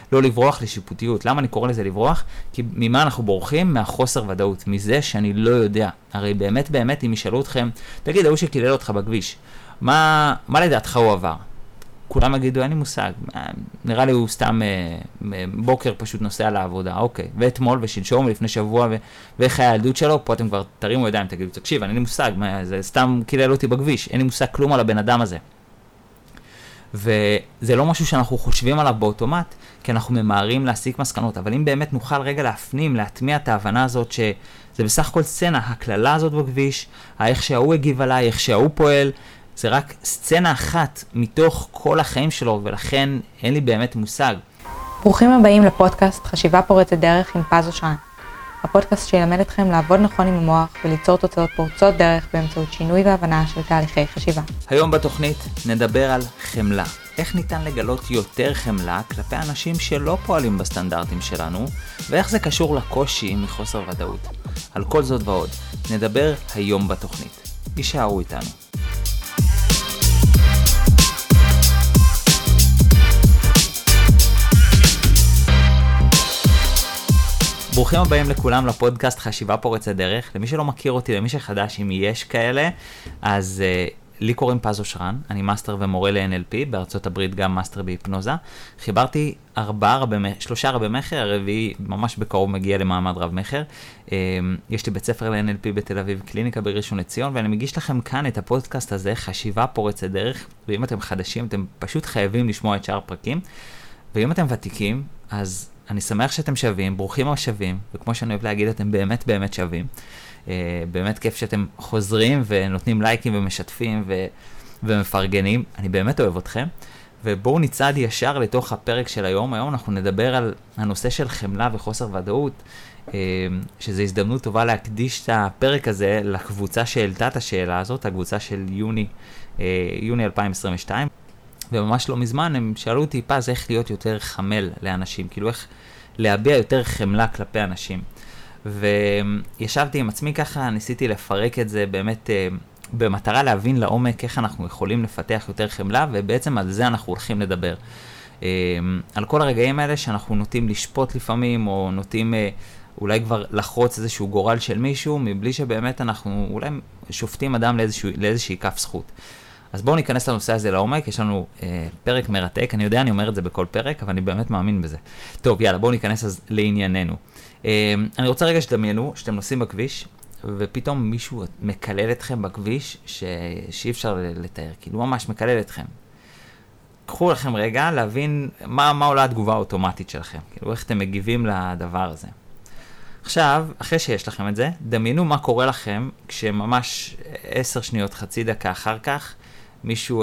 לא לברוח לשיפוטיות. למה אני קורא לזה לברוח? כי ממה אנחנו בורחים? מהחוסר ודאות, מזה שאני לא יודע. הרי באמת באמת אם ישאלו אתכם, תגיד, ההוא שקילל אותך בכביש, מה לדעתך הוא עבר? כולם יגידו, אין לי מושג, נראה לי הוא סתם בוקר פשוט נוסע לעבודה, אוקיי, ואתמול ושלשום ולפני שבוע ואיך היה הילדות שלו, פה אתם כבר תרימו ידיים, תגידו, תקשיב, אין לי מושג, זה סתם קילל אותי בכביש, אין לי מושג כלום על הבן אדם הזה. וזה לא משהו שאנחנו חושבים עליו באוטומט, כי אנחנו ממהרים להסיק מסקנות, אבל אם באמת נוכל רגע להפנים, להטמיע את ההבנה הזאת שזה בסך הכל סצנה, הכללה הזאת בכביש, איך שההוא הגיב עליי, איך שההוא פועל, זה רק סצנה אחת מתוך כל החיים שלו, ולכן אין לי באמת מושג. ברוכים הבאים לפודקאסט חשיבה פורצת דרך עם פז אושרן. הפודקאסט שילמד אתכם לעבוד נכון עם המוח וליצור תוצאות פורצות דרך באמצעות שינוי והבנה של תהליכי חשיבה. היום בתוכנית נדבר על חמלה. איך ניתן לגלות יותר חמלה כלפי אנשים שלא פועלים בסטנדרטים שלנו, ואיך זה קשור לקושי מחוסר ודאות. על כל זאת ועוד, נדבר היום בתוכנית. יישארו איתנו. ברוכים הבאים לכולם לפודקאסט חשיבה פורצת דרך. למי שלא מכיר אותי, למי שחדש, אם יש כאלה, אז לי קוראים פז אושרן, אני מאסטר ומורה ל-NLP, בארצות הברית גם מאסטר בהיפנוזה. חיברתי 3 רבי מחר, הרביעי ממש בקרוב מגיע למעמד רב מחר. יש לי בית ספר ל-NLP בתל אביב, קליניקה בראשון לציון, ואני מגיש לכם כאן את הפודקאסט הזה, חשיבה פורצת דרך, ואם אתם חדשים, אתם פשוט חייבים לשמוע את שאר הפרקים, ואם אתם ותיקים, אז אני שמח שאתם שווים, ברוכים השווים, וכמו שאני אוהב להגיד, אתם באמת באמת שווים. באמת כיף שאתם חוזרים ונותנים לייקים ומשתפים ומפרגנים. אני באמת אוהב אתכם. ובואו נצעד ישר לתוך הפרק של היום. היום אנחנו נדבר על הנושא של חמלה וחוסר ודאות, שזו הזדמנות טובה להקדיש את הפרק הזה לקבוצה שהעלתה את השאלה הזאת, הקבוצה של יוני 2022. וממש לא מזמן הם שאלו אותי, פז, איך להיות יותר חמל לאנשים, כאילו איך להביע יותר חמלה כלפי אנשים. וישבתי עם עצמי ככה, ניסיתי לפרק את זה באמת במטרה להבין לעומק איך אנחנו יכולים לפתח יותר חמלה, ובעצם על זה אנחנו הולכים לדבר. על כל הרגעים האלה שאנחנו נוטים לשפוט לפעמים, או נוטים אולי כבר לחרוץ איזשהו גורל של מישהו, מבלי שבאמת אנחנו אולי שופטים אדם לאיזושהי כף זכות. אז בואו ניכנס לנושא הזה לעומק, יש לנו פרק מרתק, אני יודע, אני אומר את זה בכל פרק, אבל אני באמת מאמין בזה. טוב, יאללה, בואו ניכנס אז לענייננו. אני רוצה רגע שתדמיינו, שאתם נוסעים בכביש, ופתאום מישהו מקלל אתכם בכביש, שאי אפשר לתאר, כאילו ממש מקלל אתכם. קחו לכם רגע להבין מה עולה התגובה האוטומטית שלכם, כאילו איך אתם מגיבים לדבר הזה. עכשיו, אחרי שיש לכם את זה, דמיינו מה קורה לכם, כשממש 10 שניות, חצי דקה אחר כך, מישהו,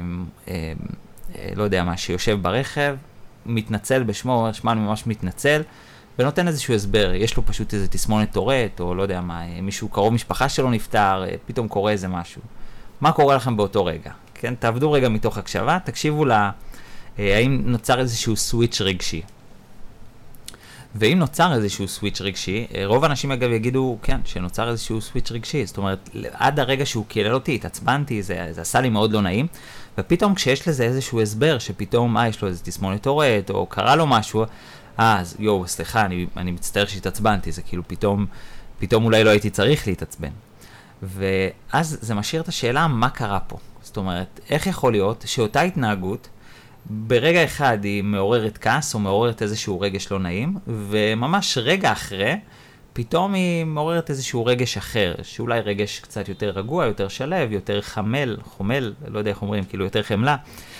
לא יודע מה, שיושב ברכב, מתנצל בשמו, שמענו ממש מתנצל, ונותן איזשהו הסבר, יש לו פשוט איזה תסמונת טורט, או לא יודע מה, מישהו קרוב משפחה שלו נפטר, פתאום קורה איזה משהו. מה קורה לכם באותו רגע? כן, תעבדו רגע מתוך הקשבה, תקשיבו האם נוצר איזשהו סוויץ' רגשי. ואם נוצר איזשהו סוויץ' רגשי, רוב האנשים אגב יגידו, כן, שנוצר איזשהו סוויץ' רגשי, זאת אומרת, עד הרגע שהוא קילל אותי, התעצבנתי, זה עשה לי מאוד לא נעים, ופתאום כשיש לזה איזשהו הסבר, שפתאום, יש לו איזה תסמונת טורט, או קרה לו משהו, אז סליחה, אני מצטער שהתעצבנתי, זה כאילו פתאום אולי לא הייתי צריך להתעצבן. ואז זה משאיר את השאלה, מה קרה פה? זאת אומרת, איך יכול להיות שאותה התנהגות, ברגע אחד היא מעוררת כעס או מעוררת איזשהו רגש לא נעים, וממש רגע אחרי, פתאום היא מעוררת איזשהו רגש אחר, שאולי רגש קצת יותר רגוע, יותר שלב, יותר חומל, לא יודע איך אומרים, כאילו יותר חמלה.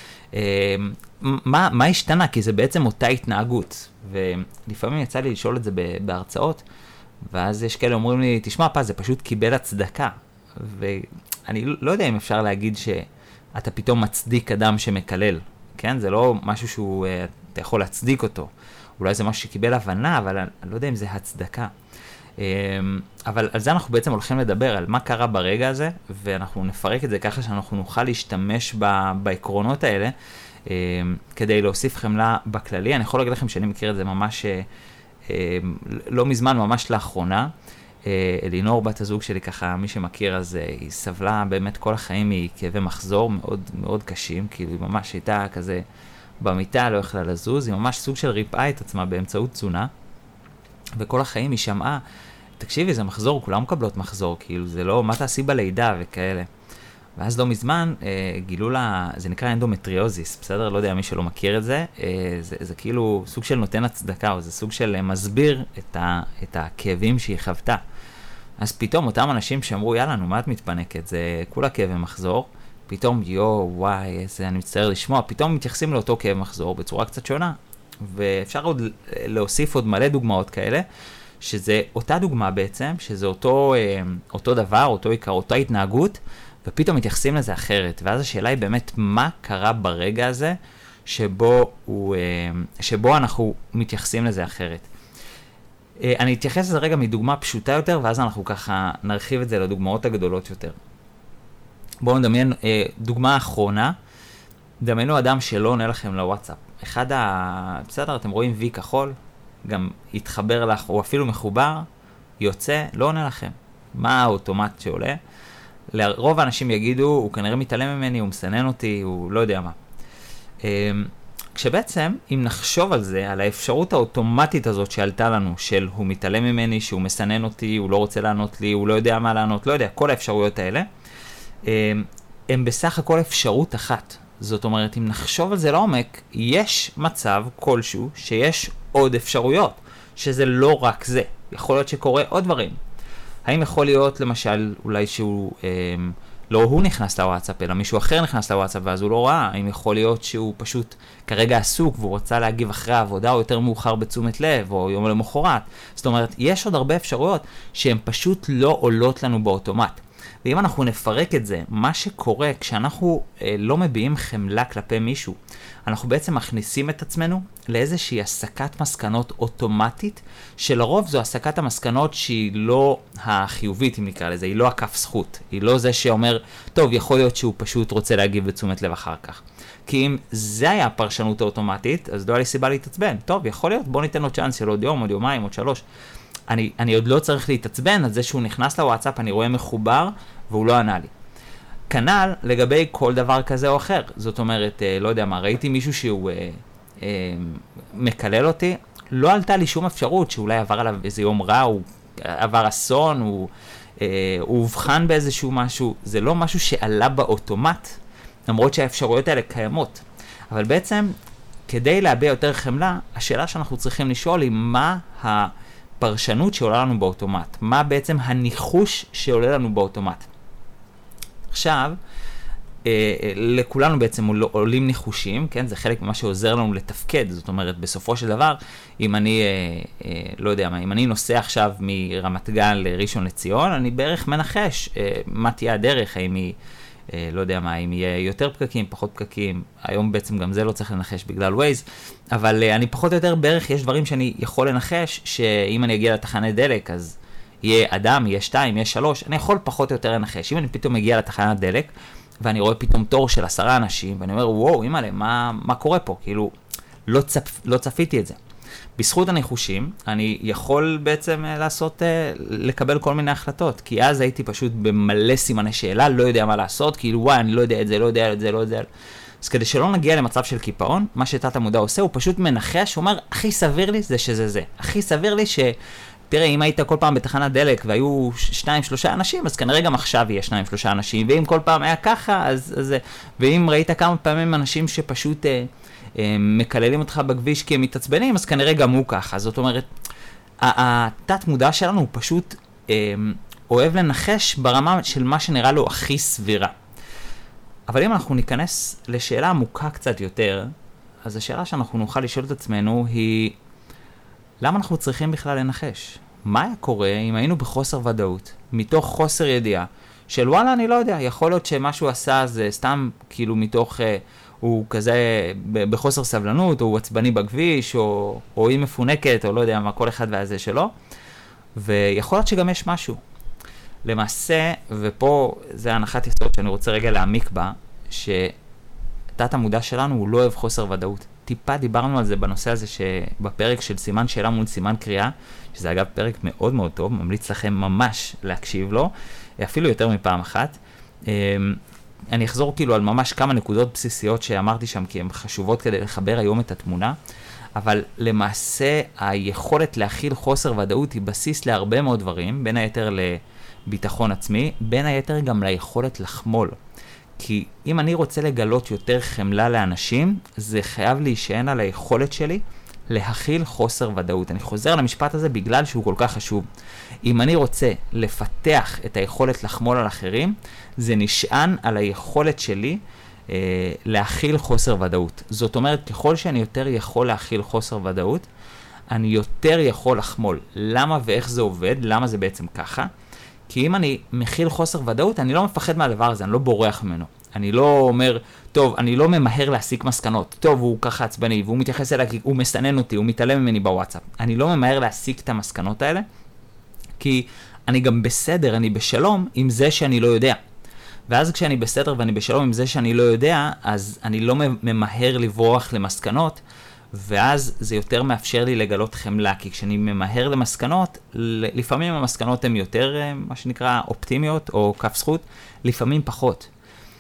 מה השתנה? כי זה בעצם אותה התנהגות, ולפעמים יצא לי לשאול את זה בהרצאות, ואז יש כאלה אומרים לי, תשמע פז, זה פשוט קיבל הצדקה, ואני לא יודע אם אפשר להגיד שאתה פתאום מצדיק אדם שמקלל, כן? זה לא משהו אתה יכול להצדיק אותו. אולי זה משהו שקיבל הבנה, אבל אני לא יודע אם זה הצדקה. אבל על זה אנחנו בעצם הולכים לדבר, על מה קרה ברגע הזה, ואנחנו נפרק את זה ככה שאנחנו נוכל להשתמש בעקרונות האלה, כדי להוסיף חמלה בכללי. אני יכול להגיד לכם שאני מכיר את זה ממש לא מזמן, ממש לאחרונה. אלינור, בת הזוג שלי, ככה, מי שמכיר, אז היא סבלה באמת כל החיים מכאבי מחזור מאוד מאוד קשים, כאילו היא ממש הייתה כזה במיטה, לא יכלה לזוז, היא ממש סוג של ריפאה את עצמה באמצעות תזונה, וכל החיים היא שמעה, תקשיבי, זה מחזור, כולם מקבלות מחזור, כאילו זה לא, מה תעשי בלידה וכאלה. ואז לא מזמן גילו לה, זה נקרא אנדומטריוזיס, בסדר? לא יודע מי שלא מכיר את זה, זה כאילו סוג של נותן הצדקה, או זה סוג של מסביר את הכאבים שהיא חוותה. אז פתאום אותם אנשים שאמרו, יאללה, נו, מה את מתפנקת? זה כולה כאב מחזור. פתאום, וואי, איזה, אני מצטער לשמוע, פתאום מתייחסים לאותו כאב מחזור בצורה קצת שונה. ואפשר עוד להוסיף עוד מלא דוגמאות כאלה, שזה אותה דוגמה בעצם, שזה אותו דבר, אותו עיקר, אותה התנהגות, ופתאום מתייחסים לזה אחרת. ואז השאלה היא באמת, מה קרה ברגע הזה, שבו אנחנו מתייחסים לזה אחרת. אני אתייחס לזה רגע מדוגמה פשוטה יותר, ואז אנחנו ככה נרחיב את זה לדוגמאות הגדולות יותר. בואו נדמיין דוגמה אחרונה, דמיינו אדם שלא עונה לכם לוואטסאפ. בסדר, אתם רואים וי כחול, גם יתחבר לך, או אפילו מחובר, יוצא, לא עונה לכם. מה האוטומט שעולה? לרוב האנשים יגידו, הוא כנראה מתעלם ממני, הוא מסנן אותי, הוא לא יודע מה. כשבעצם, אם נחשוב על זה, על האפשרות האוטומטית הזאת שעלתה לנו, של הוא מתעלם ממני, שהוא מסנן אותי, הוא לא רוצה לענות לי, הוא לא יודע מה לענות, לא יודע, כל האפשרויות האלה, הם בסך הכל אפשרות אחת. זאת אומרת, אם נחשוב על זה לעומק, יש מצב כלשהו שיש עוד אפשרויות, שזה לא רק זה. יכול להיות שקורה עוד דברים. האם יכול להיות, למשל, אולי שהוא, לא הוא נכנס לוואטסאפ, אלא מישהו אחר נכנס לוואטסאפ, ואז הוא לא ראה. האם יכול להיות שהוא פשוט כרגע עסוק, והוא רוצה להגיב אחרי העבודה, או יותר מאוחר בתשומת לב, או יום למחרת. זאת אומרת, יש עוד הרבה אפשרויות, שהן פשוט לא עולות לנו באוטומט. ואם אנחנו נפרק את זה, מה שקורה כשאנחנו לא מביעים חמלה כלפי מישהו, אנחנו בעצם מכניסים את עצמנו לאיזושהי הסקת מסקנות אוטומטית, שלרוב זו הסקת המסקנות שהיא לא החיובית, אם נקרא לזה, היא לא הכף זכות, היא לא זה שאומר, טוב, יכול להיות שהוא פשוט רוצה להגיב בתשומת לב אחר כך. כי אם זה היה הפרשנות האוטומטית, אז לא היה לי סיבה להתעצבן. טוב, יכול להיות, בוא ניתן לו צ'אנס של עוד יום, עוד יומיים, עוד 3. אני עוד לא צריך להתעצבן על זה שהוא נכנס לוואטסאפ, אני רואה מחובר, והוא לא ענה לי. כנ"ל לגבי כל דבר כזה או אחר. זאת אומרת, לא יודע מה, ראיתי מישהו שהוא מקלל אותי, לא עלתה לי שום אפשרות שאולי עבר עליו איזה יום רע, הוא עבר אסון, הוא הובחן באיזשהו משהו. זה לא משהו שעלה באוטומט, למרות שהאפשרויות האלה קיימות. אבל בעצם, כדי להביע יותר חמלה, השאלה שאנחנו צריכים לשאול היא מה הפרשנות שעולה לנו באוטומט. מה בעצם הניחוש שעולה לנו באוטומט. עכשיו, לכולנו בעצם עולים ניחושים, כן? זה חלק ממה שעוזר לנו לתפקד. זאת אומרת, בסופו של דבר, אם אני, לא יודע מה, אם אני נוסע עכשיו מרמת גן לראשון לציון, אני בערך מנחש מה תהיה הדרך, האם היא, לא יודע מה, אם יהיה יותר פקקים, פחות פקקים. היום בעצם גם זה לא צריך לנחש בגלל ווייז, אבל אני פחות או יותר בערך, יש דברים שאני יכול לנחש, שאם אני אגיע לתחנת דלק, אז יהיה אדם, יהיה 2, יהיה 3, אני יכול פחות או יותר לנחש. אם אני פתאום מגיע לתחנת דלק, ואני רואה פתאום תור של 10 אנשים, ואני אומר, וואו, אימא'לה, מה קורה פה? כאילו, לא צפיתי את זה. בזכות הניחושים, אני יכול בעצם לקבל כל מיני החלטות, כי אז הייתי פשוט במלא סימני שאלה, לא יודע מה לעשות, כאילו, וואי, אני לא יודע את זה, לא יודע את זה, לא יודע. אז כדי שלא נגיע למצב של קיפאון, מה שתת המודע עושה, הוא פשוט מנחש, הוא אומר, הכי סביר לי זה שזה זה. הכי סביר לי תראה, אם היית כל פעם בתחנת דלק והיו 2-3 אנשים, אז כנראה גם עכשיו יהיה 2-3 אנשים, ואם כל פעם היה ככה, אז ואם ראית כמה פעמים אנשים שפשוט מקללים אותך בכביש כי הם מתעצבנים, אז כנראה גם הוא ככה. זאת אומרת, התת מודע שלנו הוא פשוט אוהב לנחש ברמה של מה שנראה לו הכי סבירה. אבל אם אנחנו ניכנס לשאלה עמוקה קצת יותר, אז השאלה שאנחנו נוכל לשאול את עצמנו היא, למה אנחנו צריכים בכלל לנחש? מה היה קורה אם היינו בחוסר ודאות, מתוך חוסר ידיעה, של וואלה, אני לא יודע, יכול להיות שמשהו עשה זה סתם כאילו מתוך, הוא כזה בחוסר סבלנות, או הוא עצבני בכביש, או היא מפונקת, או לא יודע מה, כל אחד והזה שלו, ויכול להיות שגם יש משהו. למעשה, ופה זה הנחת יסוד שאני רוצה רגע להעמיק בה, שתת המודע שלנו הוא לא אוהב חוסר ודאות. טיפה דיברנו על זה בנושא הזה שבפרק של סימן שאלה מול סימן קריאה, שזה אגב פרק מאוד מאוד טוב, ממליץ לכם ממש להקשיב לו, אפילו יותר מפעם אחת. אני אחזור כאילו על ממש כמה נקודות בסיסיות שאמרתי שם, כי הן חשובות כדי לחבר היום את התמונה, אבל למעשה היכולת להכיל חוסר ודאות היא בסיס להרבה מאוד דברים, בין היתר לביטחון עצמי, בין היתר גם ליכולת לחמול. כי אם אני רוצה לגלות יותר חמלה לאנשים, זה חייב להישען על היכולת שלי להכיל חוסר ודאות. אני חוזר למשפט הזה בגלל שהוא כל כך חשוב. אם אני רוצה לפתח את היכולת לחמול על אחרים, זה נשען על היכולת שלי להכיל חוסר ודאות. זאת אומרת, ככל שאני יותר יכול להכיל חוסר ודאות, אני יותר יכול לחמול. למה ואיך זה עובד? למה זה בעצם ככה? כי אם אני מכיל חוסר ודאות, אני לא מפחד מהדבר הזה, אני לא בורח ממנו. אני לא אומר, טוב, אני לא ממהר להסיק מסקנות. טוב, הוא ככה עצבני, והוא מתייחס אליי, הוא מסנן אותי, הוא מתעלם ממני בוואטסאפ. אני לא ממהר להסיק את המסקנות האלה, כי אני גם בסדר, אני בשלום עם זה שאני לא יודע. ואז כשאני בסדר ואני בשלום עם זה שאני לא יודע, אז אני לא ממהר לברוח למסקנות, ואז זה יותר מאפשר לי לגלות חמלה, כי כשאני ממהר למסקנות, לפעמים המסקנות הן יותר, מה שנקרא, אופטימיות או כף זכות, לפעמים פחות.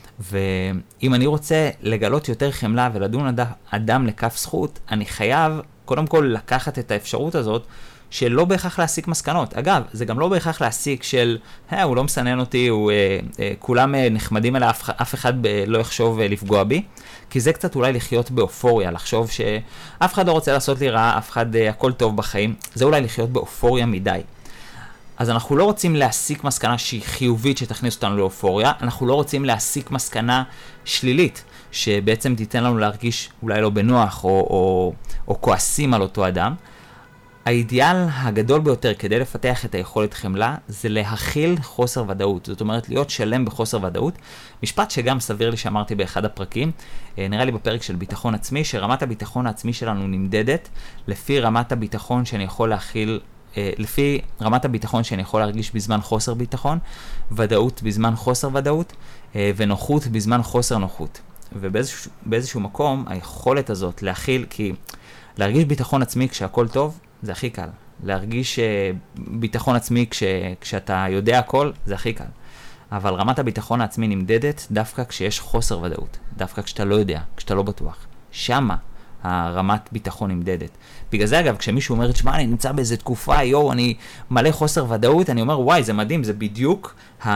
ואם אני רוצה לגלות יותר חמלה ולדון אדם לכף זכות, אני חייב קודם כל לקחת את האפשרות הזאת, שלא בהכרח להסיק מסקנות. אגב, זה גם לא בהכרח להסיק של, הוא לא מסנן אותי, כולם נחמדים אליי, אף אחד לא יחשוב לפגוע בי, כי זה קצת אולי לחיות באופוריה, לחשוב שאף אחד לא רוצה לעשות לי רע, אף אחד, הכל טוב בחיים, זה אולי לחיות באופוריה מדי. אז אנחנו לא רוצים להסיק מסקנה שהיא חיובית שתכניס אותנו לאופוריה, אנחנו לא רוצים להסיק מסקנה שלילית, שבעצם תיתן לנו להרגיש אולי לא בנוח או כועסים על אותו אדם. האידיאל הגדול ביותר כדי לפתח את היכולת חמלה זה להכיל חוסר ודאות. זאת אומרת, להיות שלם בחוסר ודאות. משפט שגם סביר לי שאמרתי באחד הפרקים, נראה לי בפרק של ביטחון עצמי, שרמת הביטחון העצמי שלנו נמדדת לפי רמת הביטחון שאני יכול להכיל, לפי רמת הביטחון שאני יכול להרגיש בזמן חוסר ביטחון, ודאות בזמן חוסר ודאות, ונוחות בזמן חוסר נוחות. ובאיזשהו מקום, היכולת הזאת להכיל, כי להרגיש ביטחון עצמי כשהכל טוב, זה הכי קל. להרגיש ביטחון עצמי כשאתה יודע הכל, זה הכי קל. אבל רמת הביטחון העצמי נמדדת דווקא כשיש חוסר ודאות. דווקא כשאתה לא יודע, כשאתה לא בטוח. שמה הרמת ביטחון נמדדת. בגלל זה אגב, כשמישהו אומר, שמע, אני נמצא באיזה תקופה, אני מלא חוסר ודאות, אני אומר, וואי, זה מדהים, זה בדיוק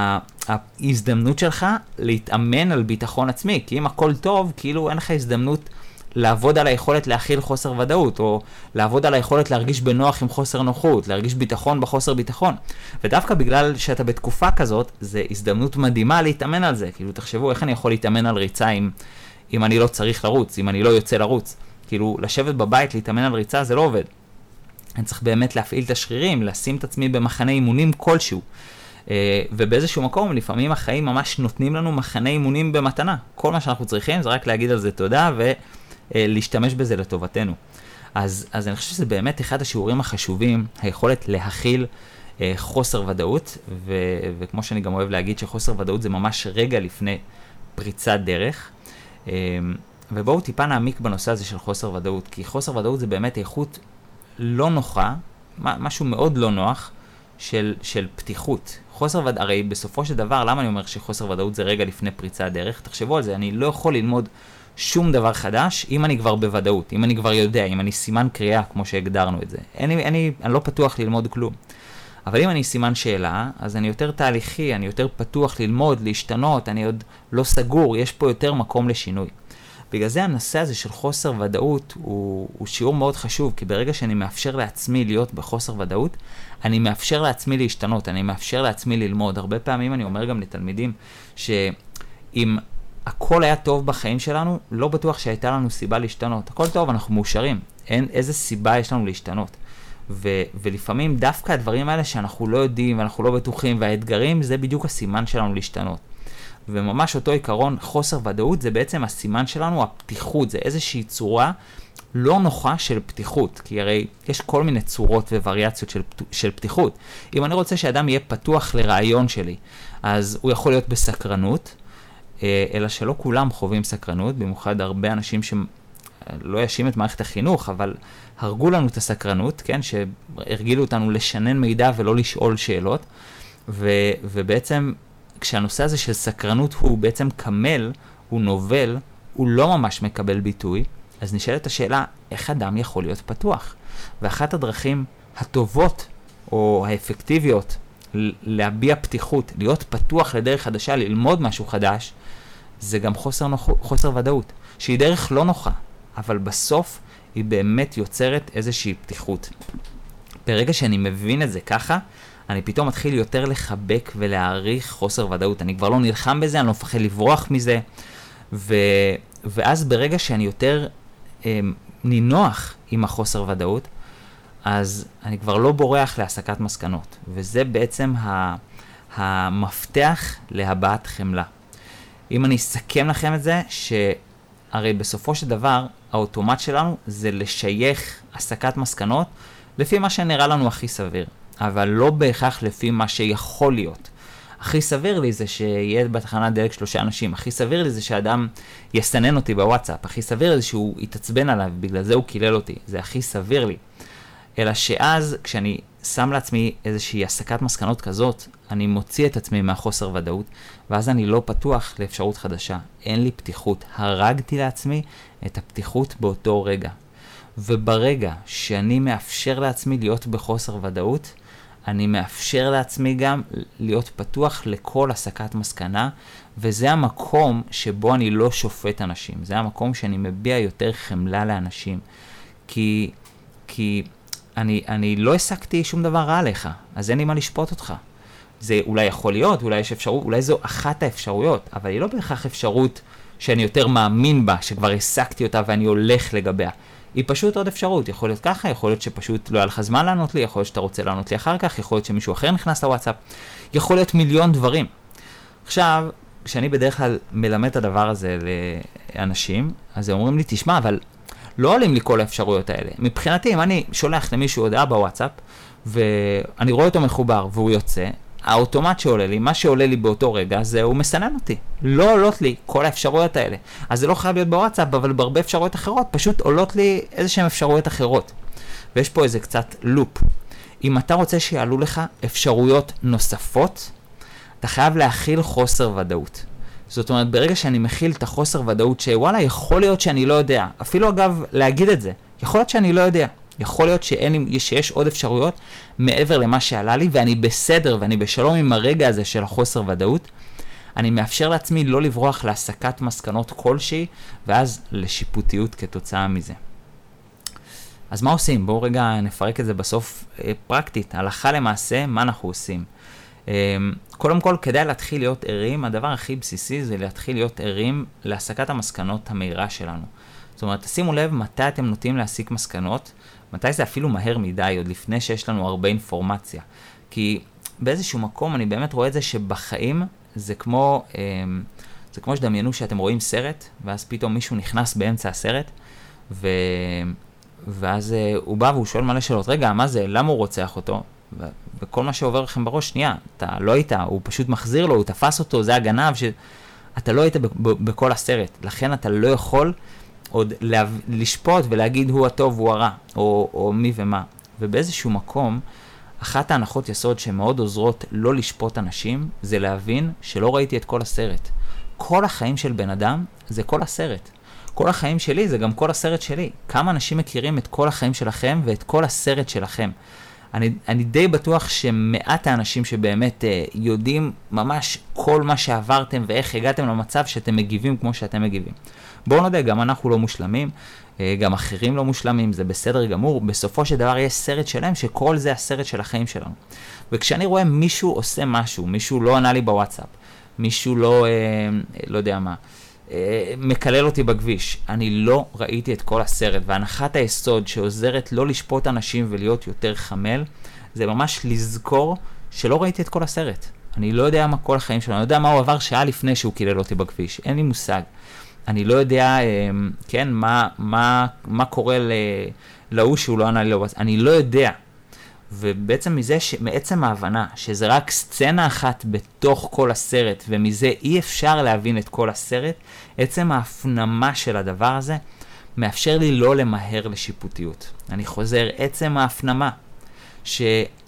ההזדמנות שלך להתאמן על ביטחון עצמי. כי אם הכל טוב, כאילו אין לך הזדמנות לעבוד על היכולת להכיל חוסר ודאות, או לעבוד על היכולת להרגיש בנוח עם חוסר נוחות, להרגיש ביטחון בחוסר ביטחון. ודווקא בגלל שאתה בתקופה כזאת, זה הזדמנות מדהימה להתאמן על זה. כאילו, תחשבו איך אני יכול להתאמן על ריצה אם אני לא צריך לרוץ, אם אני לא יוצא לרוץ. כאילו, לשבת בבית, להתאמן על ריצה, זה לא עובד. אני צריך באמת להפעיל את השרירים, לשים את עצמי במחנה אימונים כלשהו. ובאיזשהו מקום, לפעמים החיים ממש נותנים לנו מחנה אימונים במתנה. כל מה שאנחנו צריכים זה רק להגיד על זה תודה להשתמש בזה לטובתנו. אז אני חושב שזה באמת אחד השיעורים החשובים, היכולת להכיל חוסר ודאות, וכמו שאני גם אוהב להגיד שחוסר ודאות זה ממש רגע לפני פריצת דרך. ובואו טיפה נעמיק בנושא הזה של חוסר ודאות, כי חוסר ודאות זה באמת איכות לא נוחה, משהו מאוד לא נוח של פתיחות. הרי בסופו של דבר, למה אני אומר שחוסר ודאות זה רגע לפני פריצת דרך? תחשבו על זה, אני לא יכול ללמוד שום דבר חדש, אם אני כבר בוודאות, אם אני כבר יודע, אם אני סימן קריאה, כמו שהגדרנו את זה. אני לא פתוח ללמוד כלום. אבל אם אני סימן שאלה, אז אני יותר תהליכי, אני יותר פתוח ללמוד, להשתנות, אני עוד לא סגור, יש פה יותר מקום לשינוי. בגלל זה הנושא הזה של חוסר ודאות הוא שיעור מאוד חשוב, כי ברגע שאני מאפשר לעצמי להיות בחוסר ודאות, אני מאפשר לעצמי להשתנות, אני מאפשר לעצמי ללמוד. הרבה פעמים אני אומר גם לתלמידים, שאם הכל היה טוב בחיים שלנו, לא בטוח שהייתה לנו סיבה להשתנות. הכל טוב, אנחנו מאושרים. אין איזה סיבה יש לנו להשתנות. ולפעמים דווקא הדברים האלה שאנחנו לא יודעים ואנחנו לא בטוחים, והאתגרים זה בדיוק הסימן שלנו להשתנות. וממש אותו עיקרון, חוסר ודאות, זה בעצם הסימן שלנו, הפתיחות, זה איזושהי צורה לא נוחה של פתיחות, כי הרי יש כל מיני צורות ווריאציות של פתיחות. אם אני רוצה שאדם יהיה פתוח לרעיון שלי, אז הוא יכול להיות בסקרנות, אלא שלא כולם חווים סקרנות, במיוחד הרבה אנשים שלא ישים את מערכת החינוך, אבל הרגו לנו את הסקרנות, כן, שהרגילו אותנו לשנן מידע ולא לשאול שאלות, ובעצם כשהנושא הזה של סקרנות הוא בעצם קמל, הוא נובל, הוא לא ממש מקבל ביטוי, אז נשאלת השאלה, איך אדם יכול להיות פתוח? ואחת הדרכים הטובות או האפקטיביות להביע פתיחות, להיות פתוח לדרך חדשה, ללמוד משהו חדש, זה גם חוסר ודאות, שהיא דרך לא נוחה, אבל בסוף היא באמת יוצרת איזושהי פתיחות. ברגע שאני מבין את זה ככה, אני פתאום מתחיל יותר לחבק ולהעריך חוסר ודאות. אני כבר לא נלחם בזה, אני לא מפחד לברוח מזה, ואז ברגע שאני יותר נינוח עם החוסר ודאות, אז אני כבר לא בורח להסקת מסקנות, וזה בעצם המפתח להבעת חמלה. אם אני אסכם לכם את זה, שהרי בסופו של דבר, האוטומט שלנו זה לשייך הסקת מסקנות לפי מה שנראה לנו הכי סביר, אבל לא בהכרח לפי מה שיכול להיות. הכי סביר לי זה שיהיה בתחנת דלק 3 אנשים, הכי סביר לי זה שאדם יסנן אותי בוואטסאפ, הכי סביר לי שהוא יתעצבן עליו, בגלל זה הוא קילל אותי, זה הכי סביר לי. אלא שאז כשאני שם לעצמי איזושהי הסקת מסקנות כזאת, אני מוציא את עצמי מהחוסר ודאות, ואז אני לא פתוח לאפשרות חדשה. אין לי פתיחות. הרגתי לעצמי את הפתיחות באותו רגע. וברגע שאני מאפשר לעצמי להיות בחוסר ודאות, אני מאפשר לעצמי גם להיות פתוח לכל הסקת מסקנה, וזה המקום שבו אני לא שופט אנשים. זה המקום שאני מביע יותר חמלה לאנשים. כי אני לא הסקתי שום דבר רע עליך, אז אין לי מה לשפוט אותך. זה אולי יכול להיות, אולי יש אפשרות, אולי זו אחת האפשרויות, אבל היא לא בהכרח אפשרות שאני יותר מאמין בה, שכבר הסקתי אותה ואני הולך לגביה. היא פשוט עוד אפשרות, יכול להיות ככה, יכול להיות שפשוט לא היה לך זמן לענות לי, יכול להיות שאתה רוצה לענות לי אחר כך, יכול להיות שמישהו אחר נכנס לוואטסאפ, יכול להיות מיליון דברים. עכשיו, כשאני בדרך כלל מלמד את הדבר הזה לאנשים, אז הם אומרים לי, תשמע, אבל לא עולים לי כל האפשרויות האלה. מבחינתי, אם אני שולח למישהו הודעה בוואטסאפ, ואני רואה אותו מחובר והוא יוצא, האוטומט שעולה לי, מה שעולה לי באותו רגע, זה הוא מסנן אותי. לא עולות לי כל האפשרויות האלה. אז זה לא חייב להיות בוואטסאפ, אבל בהרבה אפשרויות אחרות, פשוט עולות לי איזשהם אפשרויות אחרות. ויש פה איזה קצת לופ. אם אתה רוצה שיעלו לך אפשרויות נוספות, אתה חייב להכיל חוסר ודאות. זאת אומרת, ברגע שאני מכיל את החוסר ודאות שוואלה, יכול להיות שאני לא יודע. אפילו אגב, להגיד את זה. יכול להיות שאני לא יודע. יכול להיות שיש עוד אפשרויות מעבר למה שעלה לי, ואני בסדר ואני בשלום עם הרגע הזה של החוסר ודאות. אני מאפשר לעצמי לא לברוח להסקת מסקנות כלשהי, ואז לשיפוטיות כתוצאה מזה. אז מה עושים? בואו רגע נפרק את זה בסוף פרקטית. הלכה למעשה, מה אנחנו עושים? קודם כל, כדאי להתחיל להיות ערים, הדבר הכי בסיסי זה להתחיל להיות ערים להסקת המסקנות המהירה שלנו. זאת אומרת, שימו לב מתי אתם נוטים להסיק מסקנות, מתי זה אפילו מהר מדי, עוד לפני שיש לנו הרבה אינפורמציה. כי באיזשהו מקום אני באמת רואה את זה שבחיים זה כמו שדמיינו שאתם רואים סרט, ואז פתאום מישהו נכנס באמצע הסרט, ואז הוא בא והוא שואל מלא שאלות, רגע, מה זה? למה הוא רוצח אותו? וכל מה שעובר לכם בראש, שנייה, אתה לא היית, הוא פשוט מחזיר לו, הוא תפס אותו, זה הגנב, אתה לא היית בכל הסרט, לכן אתה לא יכול עוד לשפוט ולהגיד הוא הטוב, הוא הרע, או מי ומה. ובאיזשהו מקום, אחת ההנחות יסוד שמאוד עוזרות לא לשפוט אנשים, זה להבין שלא ראיתי את כל הסרט. כל החיים של בן אדם זה כל הסרט. כל החיים שלי זה גם כל הסרט שלי. כמה אנשים מכירים את כל החיים שלכם ואת כל הסרט שלכם. אני די בטוח שמעט האנשים שבאמת יודעים ממש כל מה שעברתם ואיך הגעתם למצב שאתם מגיבים כמו שאתם מגיבים. בואו נודה, גם אנחנו לא מושלמים, גם אחרים לא מושלמים, זה בסדר גמור. בסופו של דבר יש סרט שלם שכל זה הסרט של החיים שלנו. וכשאני רואה מישהו עושה משהו, מישהו לא ענה לי בוואטסאפ, מישהו לא יודע מה, מקלל אותי בכביש, אני לא ראיתי את כל הסרט, והנחת היסוד שעוזרת לא לשפוט אנשים ולהיות יותר חמל, זה ממש לזכור שלא ראיתי את כל הסרט. אני לא יודע מה כל החיים שלו, אני לא יודע מה הוא עבר שעה לפני שהוא קילל אותי בכביש, אין לי מושג. אני לא יודע, כן, מה קורה להוא שהוא לא ענה לי לוואטסאפ, אני לא יודע. ובעצם מעצם ההבנה שזה רק סצנה אחת בתוך כל הסרט, ומזה אי אפשר להבין את כל הסרט, עצם ההפנמה של הדבר הזה מאפשר לי לא למהר לשיפוטיות. אני חוזר, עצם ההפנמה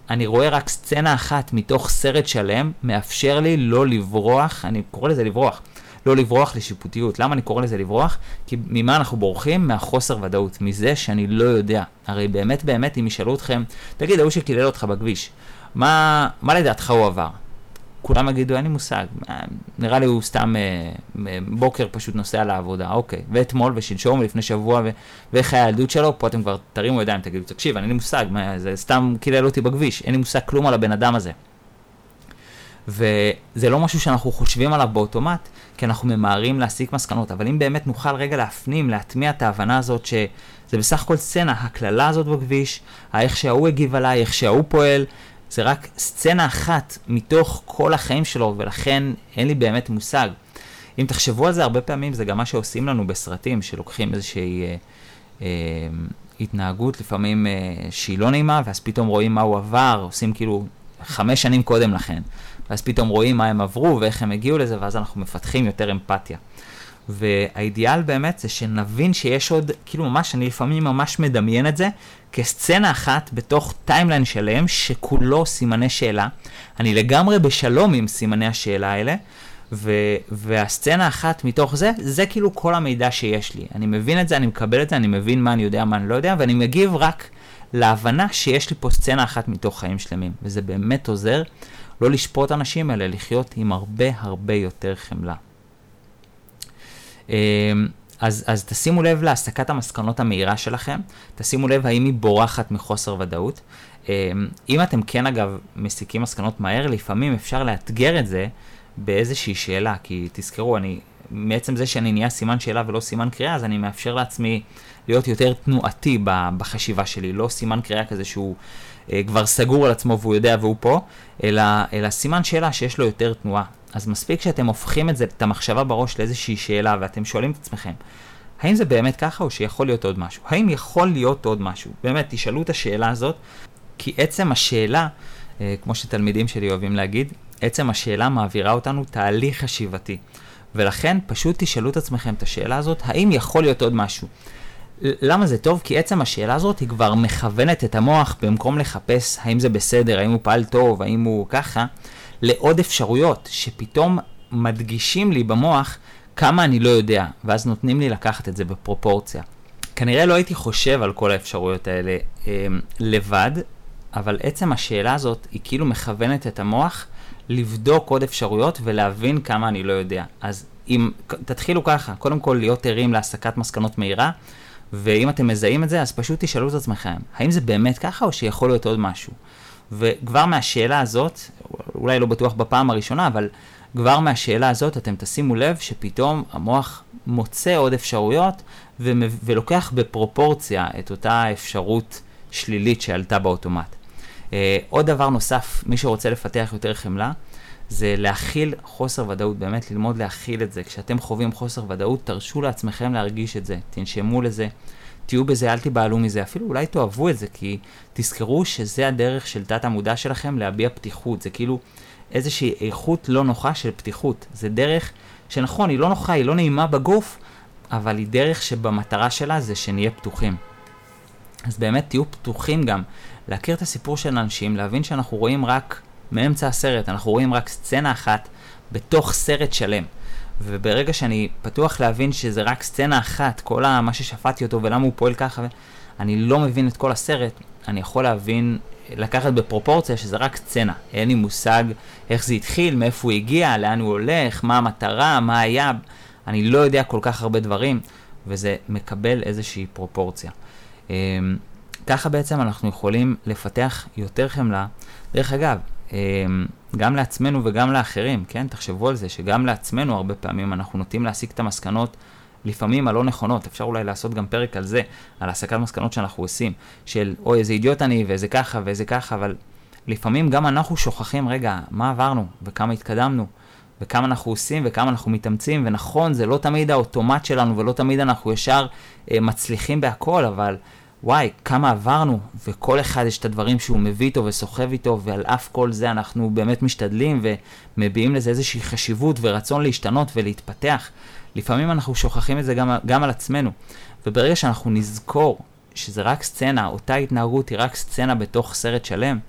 אני רואה רק סצנה אחת מתוך סרט שלם, מאפשר לי לא לברוח, אני קורא לזה לברוח, לא לברוח לשיפוטיות. למה אני קורא לזה לברוח? כי ממה אנחנו בורחים? מהחוסר ודאות, מזה שאני לא יודע. הרי באמת, אם ישאלו אתכם, תגיד, הוא שקילל אותך בכביש, מה לדעתך הוא עבר? כולם יגידו, אין לי מושג, נראה לי הוא סתם בוקר פשוט נוסע לעבודה, אוקיי. ואתמול ושלשום ולפני שבוע ואיך הילדות שלו, פה אתם כבר תרימו ידיים, תגידו, תקשיב, אין לי מושג, זה סתם קילל אותי בכביש, אין לי מושג כלום על הבן אדם הזה. וזה לא משהו שאנחנו חושבים עליו באוטומט, כי אנחנו ממהרים להסיק מסקנות, אבל אם באמת נוכל רגע להפנים, להטמיע את ההבנה הזאת שזה בסך הכל סצנה, הכללה הזאת בכביש, איך שההוא הגיב עליי, איך שההוא פועל, זה רק סצנה אחת מתוך כל החיים שלו, ולכן אין לי באמת מושג. אם תחשבו על זה, הרבה פעמים זה גם מה שעושים לנו בסרטים, שלוקחים איזושהי התנהגות, לפעמים שהיא לא נעימה, ואז פתאום רואים מה הוא עבר, עושים כאילו 5 שנים קודם לכן, ואז פתאום רואים מה הם עברו ואיך הם הגיעו לזה, ואז אנחנו מפתחים יותר אמפתיה. והאידיאל באמת זה שנבין שיש עוד, כאילו ממש, אני לפעמים ממש מדמיין את זה, כסצנה אחת בתוך טיימליין שלהם, שכולו סימני שאלה. אני לגמרי בשלום עם סימני השאלה האלה, והסצנה אחת מתוך זה, זה כאילו כל המידע שיש לי. אני מבין את זה, אני מקבל את זה, אני מבין מה אני יודע, מה אני לא יודע, ואני מגיב רק להבנה שיש לי פה סצנה אחת מתוך חיים שלמים. וזה באמת עוזר לא לשפוט אנשים האלה, לחיות עם הרבה יותר חמלה. אז תשימו לב להסקת המסקנות המהירה שלכם, תשימו לב האם היא בורחת מחוסר ודאות. אם אתם כן אגב מסיקים מסקנות מהר, לפעמים אפשר לאתגר את זה באיזושהי שאלה, כי תזכרו, מעצם זה שאני נהיה סימן שאלה ולא סימן קריאה, אז אני מאפשר לעצמי להיות יותר תנועתי בחשיבה שלי, לא סימן קריאה כזה שהוא כבר סגור על עצמו והוא יודע והוא פה, אלא סימן שאלה שיש לו יותר תנועה. אז מספיק שאתם הופכים את המחשבה בראש לאיזושהי שאלה, ואתם שואלים את עצמכם, האם זה באמת ככה או שיכול להיות עוד משהו? האם יכול להיות עוד משהו? באמת, תשאלו את השאלה הזאת, כי עצם השאלה, כמו שתלמידים שלי אוהבים להגיד, עצם השאלה מעבירה אותנו תהליך חשיבתי. ולכן פשוט תשאלו את עצמכם את השאלה הזאת, האם יכול להיות עוד משהו? למה זה טוב? כי עצם השאלה הזאת היא כבר מכוונת את המוח, במקום לחפש האם זה בסדר, האם הוא פעל טוב, האם הוא ככה, לעוד אפשרויות שפתאום מדגישים לי במוח כמה אני לא יודע, ואז נותנים לי לקחת את זה בפרופורציה. כנראה לא הייתי חושב על כל האפשרויות האלה לבד, אבל עצם השאלה הזאת היא כאילו מכוונת את המוח לבדוק עוד אפשרויות ולהבין כמה אני לא יודע. אז אם תתחילו ככה, קודם כל להיות ערים להסקת מסקנות מהירה, ואם אתם מזהים את זה, אז פשוט תשאלו את עצמכם, האם זה באמת ככה או שיכול להיות עוד משהו? וכבר מהשאלה הזאת, אולי לא בטוח בפעם הראשונה, אבל כבר מהשאלה הזאת אתם תשימו לב שפתאום המוח מוצא עוד אפשרויות ולוקח בפרופורציה את אותה אפשרות שלילית שעלתה באוטומט. עוד דבר נוסף, מי שרוצה לפתח יותר חמלה, זה להכיל חוסר ודאות, באמת ללמוד להכיל את זה. כשאתם חווים חוסר ודאות, תרשו לעצמכם להרגיש את זה, תנשמו לזה, תהיו בזה, אל תיבהלו מזה, אפילו אולי תאהבו את זה, כי תזכרו שזה הדרך של תת המודע שלכם להביע פתיחות, זה כאילו איזושהי איכות לא נוחה של פתיחות, זה דרך שנכון, היא לא נוחה, היא לא נעימה בגוף, אבל היא דרך שבמטרה שלה זה שנהיה פתוחים. אז באמת תהיו פתוחים גם להכיר את הסיפור של אנשים, להבין שאנחנו רואים רק מאמצע הסרט, אנחנו רואים רק סצנה אחת בתוך סרט שלם. וברגע שאני פתוח להבין שזה רק סצנה אחת, כל מה ששפטתי אותו ולמה הוא פועל ככה, אני לא מבין את כל הסרט, אני יכול להבין, לקחת בפרופורציה שזה רק סצנה. אין לי מושג איך זה התחיל, מאיפה הוא הגיע, לאן הוא הולך, מה המטרה, מה היה, אני לא יודע כל כך הרבה דברים, וזה מקבל איזושהי פרופורציה. ככה בעצם אנחנו יכולים לפתח יותר חמלה. דרך אגב, גם לעצמנו וגם לאחרים, כן? תחשבו על זה שגם לעצמנו הרבה פעמים אנחנו נוטים להסיק את המסקנות לפעמים הלא נכונות. אפשר אולי לעשות גם פרק על זה, על הסקת מסקנות שאנחנו עושים, של אוי איזה אידיוט אני ואיזה ככה ואיזה ככה, אבל לפעמים גם אנחנו שוכחים רגע מה עברנו וכמה התקדמנו וכמה אנחנו עושים וכמה אנחנו מתאמצים, ונכון זה לא תמיד האוטומט שלנו ולא תמיד אנחנו ישר מצליחים בהכל, אבל וואי, כמה עברנו, וכל אחד יש את הדברים שהוא מביא איתו וסוחב איתו, ועל אף כל זה אנחנו באמת משתדלים ומביאים לזה איזושהי חשיבות ורצון להשתנות ולהתפתח. לפעמים אנחנו שוכחים את זה גם על עצמנו, וברגע שאנחנו נזכור שזה רק סצנה, אותה התנהגות היא רק סצנה בתוך סרט שלם,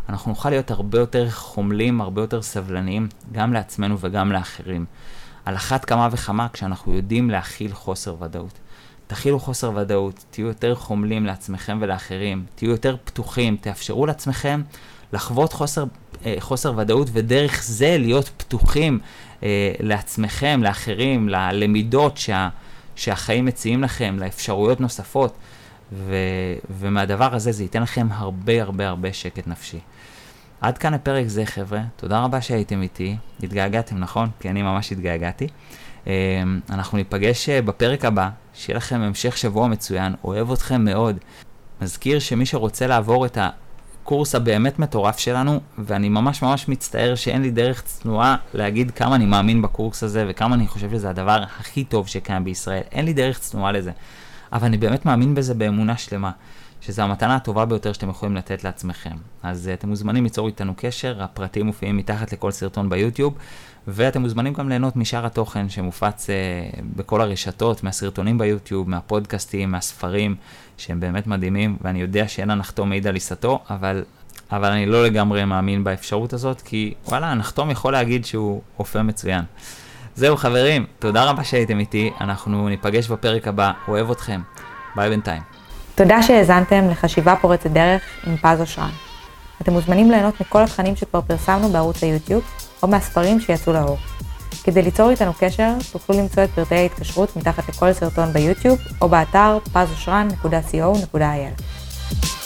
אנחנו נוכל להיות הרבה יותר חומלים, הרבה יותר סבלניים, גם לעצמנו וגם לאחרים. על אחת כמה וכמה כשאנחנו יודעים להכיל חוסר ודאות. תכילו חוסר ודאות, תהיו יותר חומלים לעצמכם ולאחרים, תהיו יותר פתוחים, תאפשרו לעצמכם לחוות חוסר ודאות, ודרך זה להיות פתוחים לעצמכם, לאחרים, ללמידות שהחיים מציעים לכם, לאפשרויות נוספות, ומהדבר הזה זה ייתן לכם הרבה הרבה הרבה שקט נפשי. עד כאן הפרק זה חבר'ה, תודה רבה שהייתם איתי, התגעגעתם נכון? כי אני ממש התגעגעתי. אנחנו ניפגש בפרק הבא, שיהיה לכם המשך שבוע מצוין, אוהב אתכם מאוד. מזכיר שמי שרוצה לעבור את הקורס הבאמת מטורף שלנו, ואני ממש ממש מצטער שאין לי דרך צנועה להגיד כמה אני מאמין בקורס הזה, וכמה אני חושב שזה הדבר הכי טוב שקיים בישראל. אין לי דרך צנועה לזה, אבל אני באמת מאמין בזה באמונה שלמה, שזו המתנה הטובה ביותר שאתם יכולים לתת לעצמכם. אז אתם מוזמנים ליצור איתנו קשר, הפרטים מופיעים מתחת לכל סרטון ביוטיוב, ואתם מוזמנים גם ליהנות משאר התוכן שמופץ בכל הרשתות, מהסרטונים ביוטיוב, מהפודקאסטים, מהספרים, שהם באמת מדהימים, ואני יודע שאין הנחתום מעיד על עיסתו, אבל אני לא לגמרי מאמין באפשרות הזאת, כי וואלה, הנחתום יכול להגיד שהוא אופה מצוין. זהו חברים, תודה רבה שהייתם איתי, אנחנו ניפגש בפרק הבא, אוהב אתכם, ביי בינתיים. תודה שהאזנתם לחשיבה פורצת דרך עם פז אושרן. אתם מוזמנים ליהנות מכל התכנים שכבר פרסמנו בערוץ היוטיוב, או מהספרים שיצאו לאור. כדי ליצור איתנו קשר, תוכלו למצוא את פרטי ההתקשרות מתחת לכל סרטון ביוטיוב, או באתר pazoshran.co.il.